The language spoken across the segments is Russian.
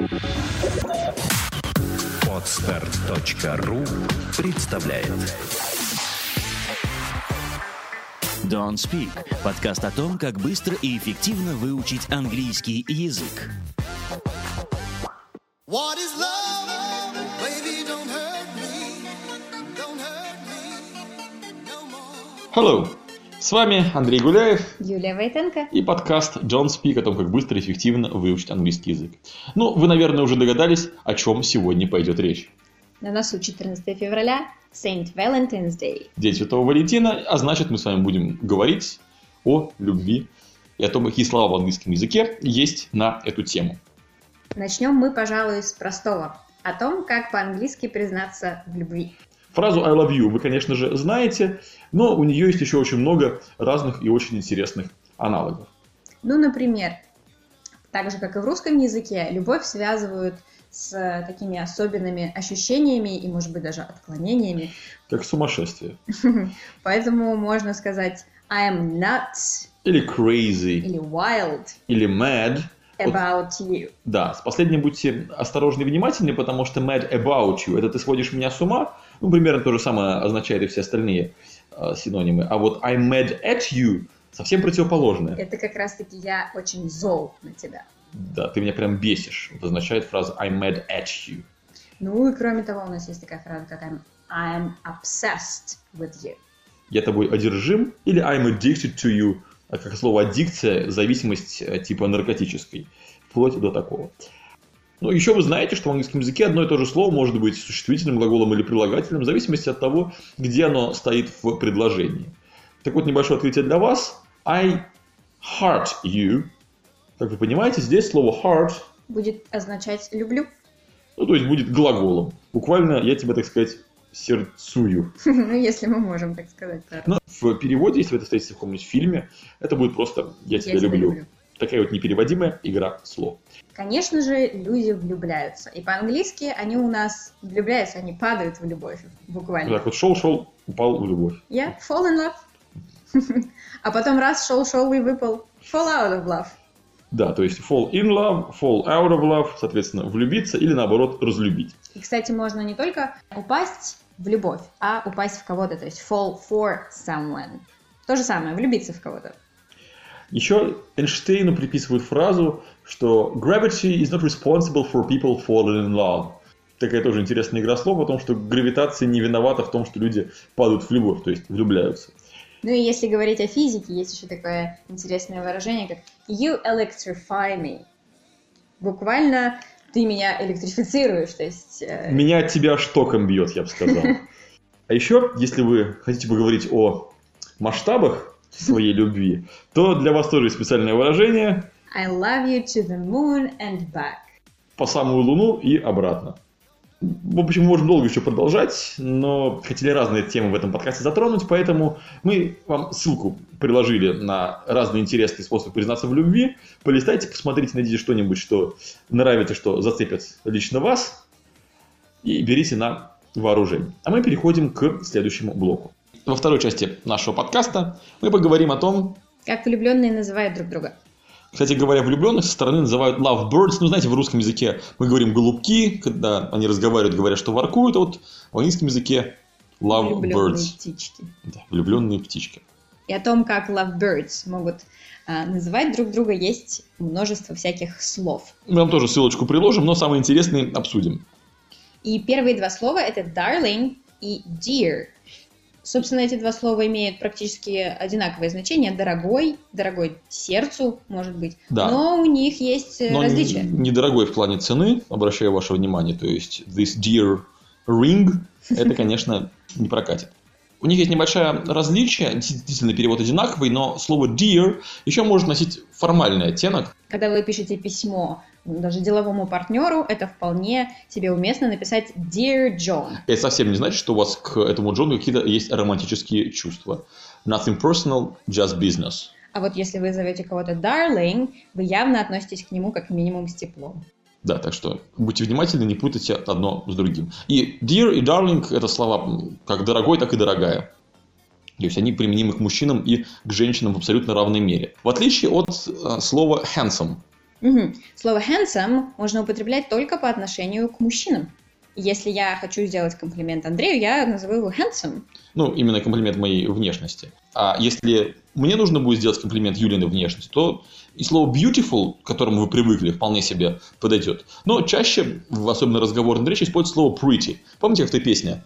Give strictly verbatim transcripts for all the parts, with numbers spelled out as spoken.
Подстер точка ру представляет Don't Speak – подкаст о том, как быстро и эффективно выучить английский язык. What is love? Baby, don't hurt me. Don't hurt me no more. Hello! С вами Андрей Гуляев, Юлия Войтенко и подкаст Don't Speak о том, как быстро и эффективно выучить английский язык. Ну, вы, наверное, уже догадались, о чем сегодня пойдет речь. На носу четырнадцатое февраля, Saint Valentine's Day. День Святого Валентина, а значит, мы с вами будем говорить о любви и о том, какие слова в английском языке есть на эту тему. Начнем мы, пожалуй, с простого. О том, как по-английски признаться в любви. Фразу I love you вы, конечно же, знаете, но у нее есть еще очень много разных и очень интересных аналогов. Ну, например, так же, как и в русском языке, любовь связывают с такими особенными ощущениями и, может быть, даже отклонениями. Как сумасшествие. Поэтому можно сказать I am nuts. Или crazy. Или wild. Или mad. About вот, you. Да, с последним будьте осторожны и внимательны, потому что mad about you – это ты сводишь меня с ума. Ну, примерно то же самое означает и все остальные э, синонимы. А вот I'm mad at you – совсем противоположное. Это как раз-таки я очень зол на тебя. Да, ты меня прям бесишь. Это означает фраза I'm mad at you. Ну и кроме того, у нас есть такая фраза, как I'm, I'm obsessed with you. Я тобой одержим или I'm addicted to you. А как слово аддикция – зависимость типа наркотической. Вплоть до такого. Ну, еще вы знаете, что в английском языке одно и то же слово может быть существительным глаголом или прилагательным, в зависимости от того, где оно стоит в предложении. Так вот, небольшое открытие для вас. I heart you. Как вы понимаете, здесь слово heart будет означать «люблю». Ну, то есть будет глаголом. Буквально я тебя, так сказать, сердцую. Ну, если мы можем так сказать. Но в переводе, если вы это встретите в каком-нибудь фильме, это будет просто «я тебя, я тебя люблю». люблю. Такая вот непереводимая игра слов. Конечно же, люди влюбляются. И по-английски они у нас влюбляются, они падают в любовь, буквально. Так вот, шел-шел, упал в любовь. Я yeah, fall in love. А потом раз шел-шел и выпал fall out of love. Да, то есть fall in love, fall out of love, соответственно, влюбиться или, наоборот, разлюбить. И, кстати, можно не только упасть в любовь, а упасть в кого-то, то есть fall for someone. То же самое, влюбиться в кого-то. Еще Эйнштейну приписывают фразу, что gravity is not responsible for people falling in love. Такая тоже интересная игра слов о том, что гравитация не виновата в том, что люди падают в любовь, то есть влюбляются. Ну и если говорить о физике, есть еще такое интересное выражение, как you electrify me. Буквально ты меня электрифицируешь, то есть... Э... Меня от тебя аж током бьет, я бы сказал. А еще, если вы хотите поговорить о масштабах своей любви, то для вас тоже есть специальное выражение I love you to the moon and back. По самую луну и обратно. В общем, мы можем долго еще продолжать, но хотели разные темы в этом подкасте затронуть, поэтому мы вам ссылку приложили на разные интересные способы признаться в любви. Полистайте, посмотрите, найдите что-нибудь, что нравится, что зацепит лично вас, и берите на вооружение. А мы переходим к следующему блоку. Во второй части нашего подкаста мы поговорим о том, как влюбленные называют друг друга. Кстати говоря, влюбленных со стороны называют lovebirds. Ну, знаете, в русском языке мы говорим голубки, когда они разговаривают, говорят, что воркуют. А вот в английском языке lovebirds. Влюбленные птички. Да, влюбленные птички. И о том, как lovebirds могут а, называть друг друга, есть множество всяких слов. Мы вам тоже ссылочку приложим, но самые интересные обсудим. И первые два слова – это darling и dear. Собственно, эти два слова имеют практически одинаковое значение. Дорогой, дорогой сердцу, может быть. Да. Но у них есть но различия. Недорогой в плане цены, обращаю ваше внимание. То есть, this dear ring, это, конечно, не прокатит. У них есть небольшое различие, действительно перевод одинаковый, но слово dear еще может носить формальный оттенок. Когда вы пишете письмо даже деловому партнеру, это вполне себе уместно написать Dear John. Это совсем не значит, что у вас к этому Джону какие-то есть романтические чувства. Nothing personal, just business. А вот если вы зовете кого-то Darling, вы явно относитесь к нему как минимум с теплом. Да, так что будьте внимательны, не путайте одно с другим. И dear и darling – это слова как дорогой, так и дорогая. То есть они применимы к мужчинам и к женщинам в абсолютно равной мере. В отличие от э, слова handsome. Угу. Слово handsome можно употреблять только по отношению к мужчинам. Если я хочу сделать комплимент Андрею, я назову его handsome. Ну, именно комплимент моей внешности. А если мне нужно будет сделать комплимент Юлиной внешности, то и слово beautiful, к которому вы привыкли, вполне себе подойдет. Но чаще, в особенно разговорной речи, используется слово pretty. Помните, как в той песне?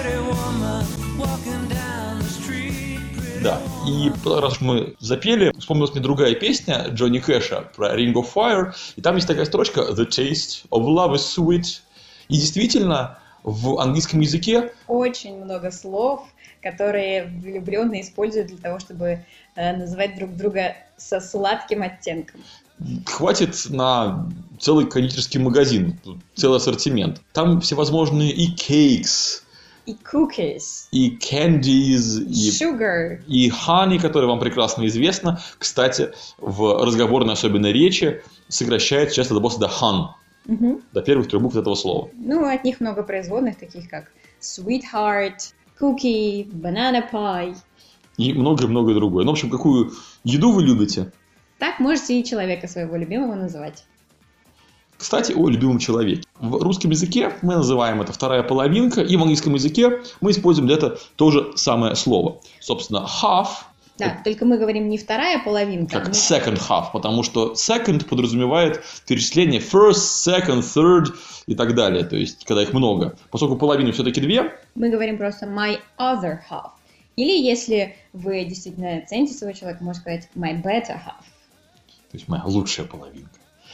Да, и раз мы запели, вспомнилась мне другая песня Джонни Кэша про Ring of Fire, и там есть такая строчка The taste of love is sweet. И действительно, в английском языке очень много слов, которые влюбленные используют для того, чтобы э, называть друг друга со сладким оттенком. Хватит на целый кондитерский магазин, целый ассортимент. Там всевозможные и cakes, и cookies, и candies, и sugar, и honey, которое вам прекрасно известно. Кстати, в разговорной особенно речи сокращает часто до до hun. Угу. До первых трех букв этого слова. Ну, от них много производных, таких как sweetheart, cookie, banana pie. И многое-многое другое. Ну, в общем, какую еду вы любите? Так можете и человека своего любимого называть. Кстати, о любимом человеке. В русском языке мы называем это вторая половинка, и в английском языке мы используем для этого то же самое слово. Собственно, half. Да, это только мы говорим не вторая половинка. Как мы... second half, потому что second подразумевает перечисление first, second, third и так далее. То есть, когда их много. Поскольку половины все-таки две. Мы говорим просто my other half. Или если вы действительно цените своего человека, можно сказать my better half. То есть, моя лучшая половинка.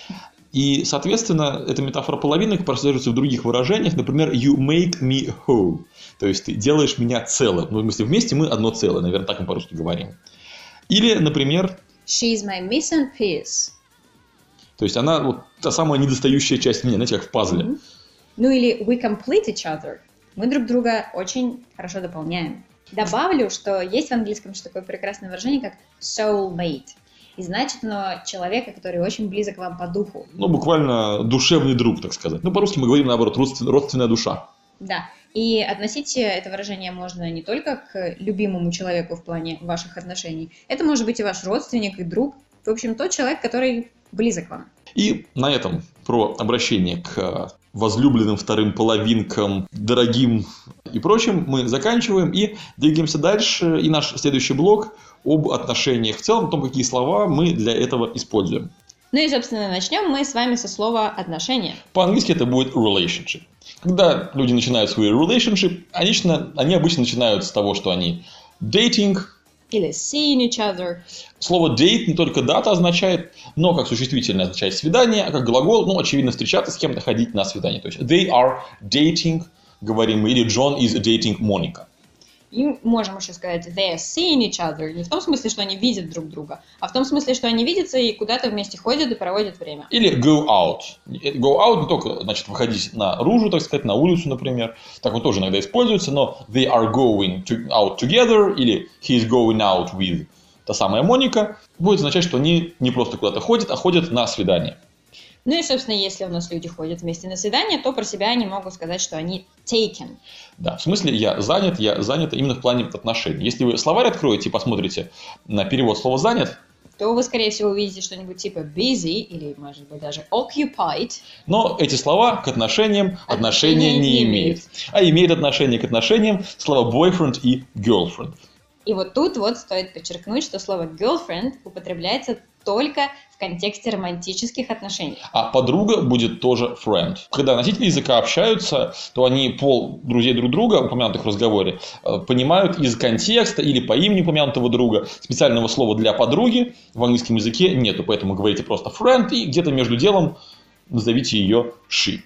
И, соответственно, эта метафора половинок прослеживается в других выражениях. Например, you make me whole. То есть, ты делаешь меня целым. Ну, в смысле, вместе мы одно целое. Наверное, так мы по-русски говорим. Или, например... She's my missing piece. То есть, она вот та самая недостающая часть меня, знаете, как в пазле. Mm-hmm. Ну, или we complete each other. Мы друг друга очень хорошо дополняем. Добавлю, что есть в английском еще такое прекрасное выражение, как soulmate. И значит оно человека, который очень близок вам по духу. Ну, буквально душевный друг, так сказать. Ну, по-русски мы говорим, наоборот, родствен... родственная душа. Да. И относить это выражение можно не только к любимому человеку в плане ваших отношений. Это может быть и ваш родственник, и друг. В общем, тот человек, который близок вам. И на этом про обращение к возлюбленным вторым половинкам, дорогим и прочим мы заканчиваем и двигаемся дальше. И наш следующий блок об отношениях в целом, о том, какие слова мы для этого используем. Ну и, собственно, начнем мы с вами со слова «отношения». По-английски это будет relationship. Когда люди начинают свой relationship, они, они обычно начинают с того, что они dating. Или seeing each other. Слово date не только дата означает, но как существительное означает свидание, а как глагол, ну, очевидно, встречаться с кем-то, ходить на свидание. То есть they are dating, говорим мы, или John is dating Monica. И можем еще сказать they are seeing each other. Не в том смысле, что они видят друг друга, а в том смысле, что они видятся и куда-то вместе ходят и проводят время. Или go out. Go out не только, значит, выходить наружу, так сказать, на улицу, например. Так вот тоже иногда используется, но they are going to, out together или he is going out with та самая Моника. Будет означать, что они не просто куда-то ходят, а ходят на свидание. Ну и, собственно, если у нас люди ходят вместе на свидание, то про себя они могут сказать, что они taken. Да, в смысле я занят, я занят именно в плане отношений. Если вы словарь откроете и посмотрите на перевод слова «занят», то вы, скорее всего, увидите что-нибудь типа busy или, может быть, даже occupied. Но эти слова к отношениям отношения, отношения не имеют. А имеют отношение к отношениям слова boyfriend и girlfriend. И вот тут вот стоит подчеркнуть, что слово girlfriend употребляется только в контексте романтических отношений. А подруга будет тоже friend. Когда носители языка общаются, то они пол друзей друг друга, упомянутых в разговоре, понимают из контекста или по имени упомянутого друга. Специального слова для подруги в английском языке нету, поэтому говорите просто friend и где-то между делом назовите ее she.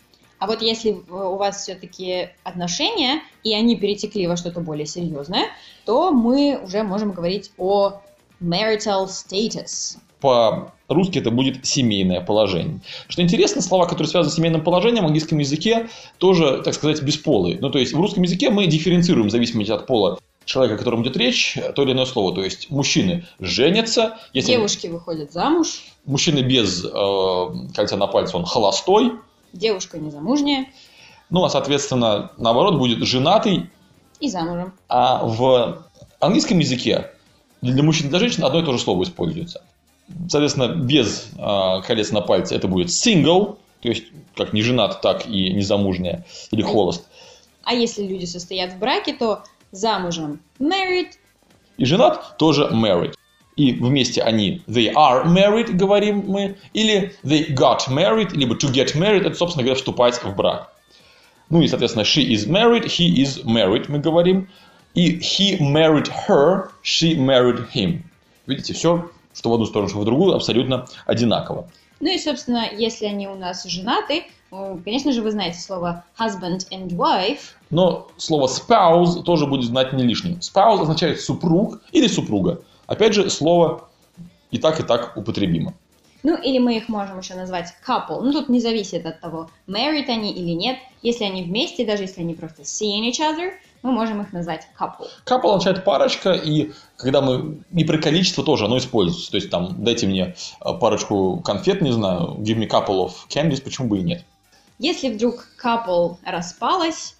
А вот если у вас все-таки отношения, и они перетекли во что-то более серьезное, то мы уже можем говорить о marital status. По-русски это будет семейное положение. Что интересно, слова, которые связаны с семейным положением, в английском языке тоже, так сказать, бесполые. Ну, то есть в русском языке мы дифференцируем в зависимости от пола человека, о котором идет речь, то или иное слово. То есть мужчины женятся. Если девушки выходят замуж. Мужчина без э, кольца на пальце, он холостой. Девушка незамужняя. Ну, а, соответственно, наоборот, будет женатый. И замужем. А в английском языке для мужчин и для женщин одно и то же слово используется. Соответственно, без э, колец на пальце это будет single, то есть как не женат, так и незамужняя или холост. А если люди состоят в браке, то замужем married. И женат тоже married. И вместе они they are married, говорим мы, или they got married, либо to get married, это, собственно говоря, вступать в брак. Ну и, соответственно, she is married, he is married, мы говорим. И he married her, she married him. Видите, все, что в одну сторону, что в другую, абсолютно одинаково. Ну и, собственно, если они у нас женаты, конечно же, вы знаете слово husband and wife. Но слово spouse тоже будет знать не лишним. Spouse означает супруг или супруга. Опять же, слово и так, и так употребимо. Ну, или мы их можем еще назвать couple. Ну, тут не зависит от того, married они или нет. Если они вместе, даже если они просто seeing each other, мы можем их назвать couple. Couple означает парочка, и когда мы... И при количестве тоже оно используется. То есть, там, дайте мне парочку конфет, не знаю, give me couple of candies, почему бы и нет. Если вдруг couple распалась,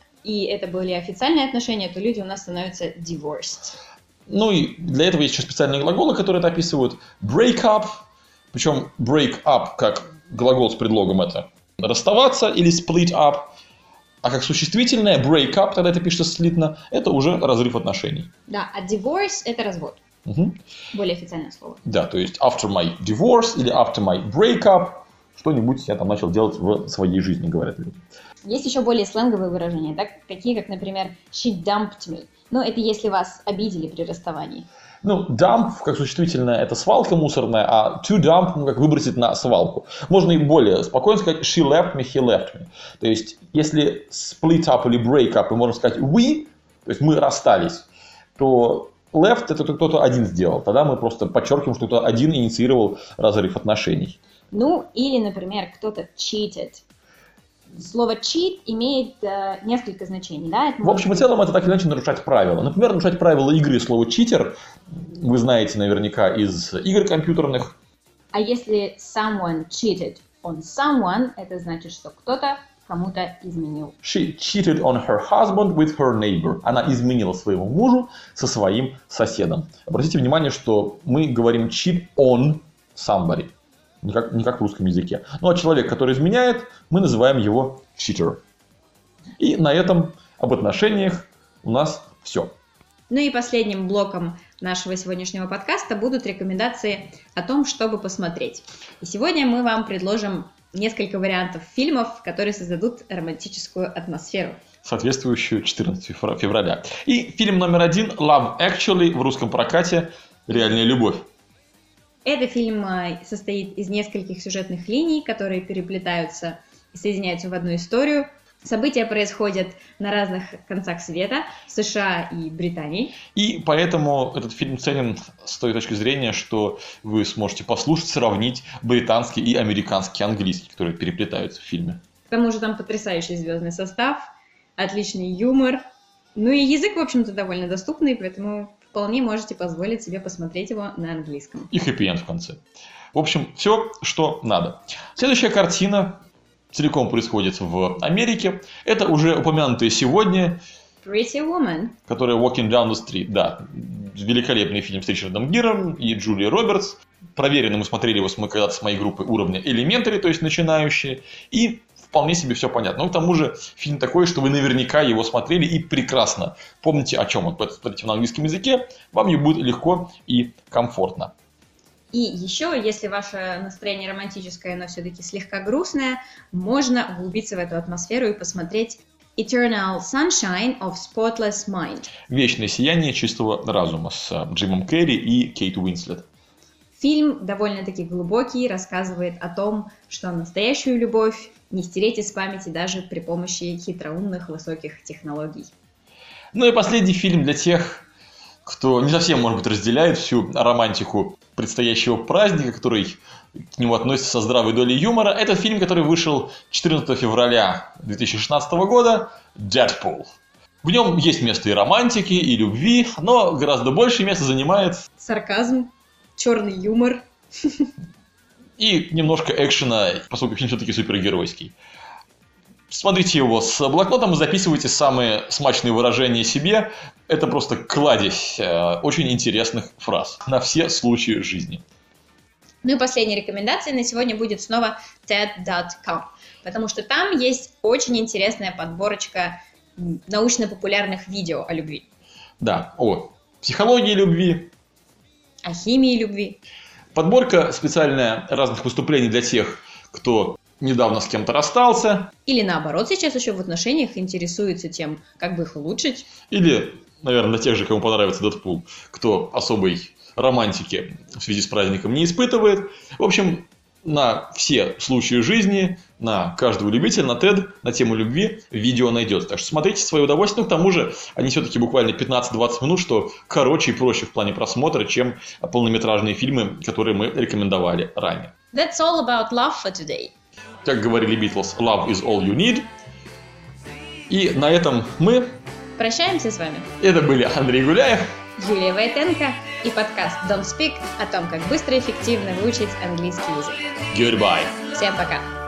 и это были официальные отношения, то люди у нас становятся divorced. Ну, и для этого есть еще специальные глаголы, которые это описывают. Break up. Причем break up как глагол с предлогом это расставаться или split up, а как существительное break up, тогда это пишется слитно, это уже разрыв отношений. Да, а divorce это развод. Угу. Более официальное слово. Да, то есть after my divorce или after my break up, что-нибудь я там начал делать в своей жизни, говорят люди. Есть еще более сленговые выражения, да, такие как, например, she dumped me. Но это если вас обидели при расставании. Ну, dump, как существительное, это свалка мусорная, а to dump, ну, как выбросить на свалку. Можно и более спокойно сказать she left me, he left me. То есть, если split up или break up, мы можем сказать we, то есть мы расстались, то left это кто-то один сделал. Тогда мы просто подчеркиваем, что кто-то один инициировал разрыв отношений. Ну, или, например, кто-то cheated. Слово cheat имеет э, несколько значений, да? В общем и целом, это так или иначе нарушать правила. Например, нарушать правила игры, слово читер, вы знаете наверняка из игр компьютерных. А если someone cheated on someone, это значит, что кто-то кому-то изменил. She cheated on her husband with her neighbor. Она изменила своему мужу со своим соседом. Обратите внимание, что мы говорим cheat on somebody. Не как, не как в русском языке. Ну, а человек, который изменяет, мы называем его cheater. И на этом об отношениях у нас все. Ну и последним блоком нашего сегодняшнего подкаста будут рекомендации о том, чтобы посмотреть. И сегодня мы вам предложим несколько вариантов фильмов, которые создадут романтическую атмосферу. Соответствующую четырнадцатого февраля. И фильм номер один Love Actually в русском прокате «Реальная любовь». Этот фильм состоит из нескольких сюжетных линий, которые переплетаются и соединяются в одну историю. События происходят на разных концах света, в США и Британии. И поэтому этот фильм ценен с той точки зрения, что вы сможете послушать, сравнить британский и американский английский, которые переплетаются в фильме. К тому же там потрясающий звездный состав, отличный юмор. Ну и язык, в общем-то, довольно доступный, поэтому вполне можете позволить себе посмотреть его на английском. И хэппи-энд в конце. В общем, все, что надо. Следующая картина целиком происходит в Америке. Это уже упомянутая сегодня Pretty Woman, которая Walking Down the Street. Да, великолепный фильм с Ричардом Гиром и Джулией Робертс. Проверено, мы смотрели его мы когда-то с моей группой уровня Elementary, то есть начинающие. И вполне себе все понятно. Но к тому же фильм такой, что вы наверняка его смотрели и прекрасно помните, о чем он. Посмотрите на английском языке, вам его будет легко и комфортно. И еще, если ваше настроение романтическое, но все-таки слегка грустное, можно углубиться в эту атмосферу и посмотреть Eternal Sunshine of Spotless Mind. Вечное сияние чистого разума с Джимом Керри и Кейт Уинслет. Фильм довольно-таки глубокий, рассказывает о том, что настоящую любовь не стереть из памяти даже при помощи хитроумных высоких технологий. Ну и последний фильм для тех, кто не совсем, может быть, разделяет всю романтику предстоящего праздника, который к нему относится со здравой долей юмора. Это фильм, который вышел четырнадцатого февраля две тысячи шестнадцатого года, «Дэдпул». В нем есть место и романтики, и любви, но гораздо большее место занимает сарказм, черный юмор. И немножко экшена, поскольку фильм все-таки супергеройский. Смотрите его с блокнотом и записывайте самые смачные выражения себе. Это просто кладезь очень интересных фраз на все случаи жизни. Ну и последняя рекомендация на сегодня будет снова тед точка ком, потому что там есть очень интересная подборочка научно-популярных видео о любви. Да, о психологии любви. О химии любви. Подборка специальная разных выступлений для тех, кто недавно с кем-то расстался. Или наоборот, сейчас еще в отношениях интересуется тем, как бы их улучшить. Или, наверное, для тех же, кому понравится Дэдпул, кто особой романтики в связи с праздником не испытывает. В общем, на все случаи жизни, на каждого любителя, на TED, на тему любви видео найдется. Так что смотрите в свое удовольствие. Ну, к тому же, они все-таки буквально пятнадцать-двадцать минут, что короче и проще в плане просмотра, чем полнометражные фильмы, которые мы рекомендовали ранее. That's all about love for today. Как говорили Beatles, love is all you need. И на этом мы прощаемся с вами. Это были Андрей Гуляев, Юлия Войтенко и подкаст Don't Speak о том, как быстро и эффективно выучить английский язык. Goodbye. Всем пока.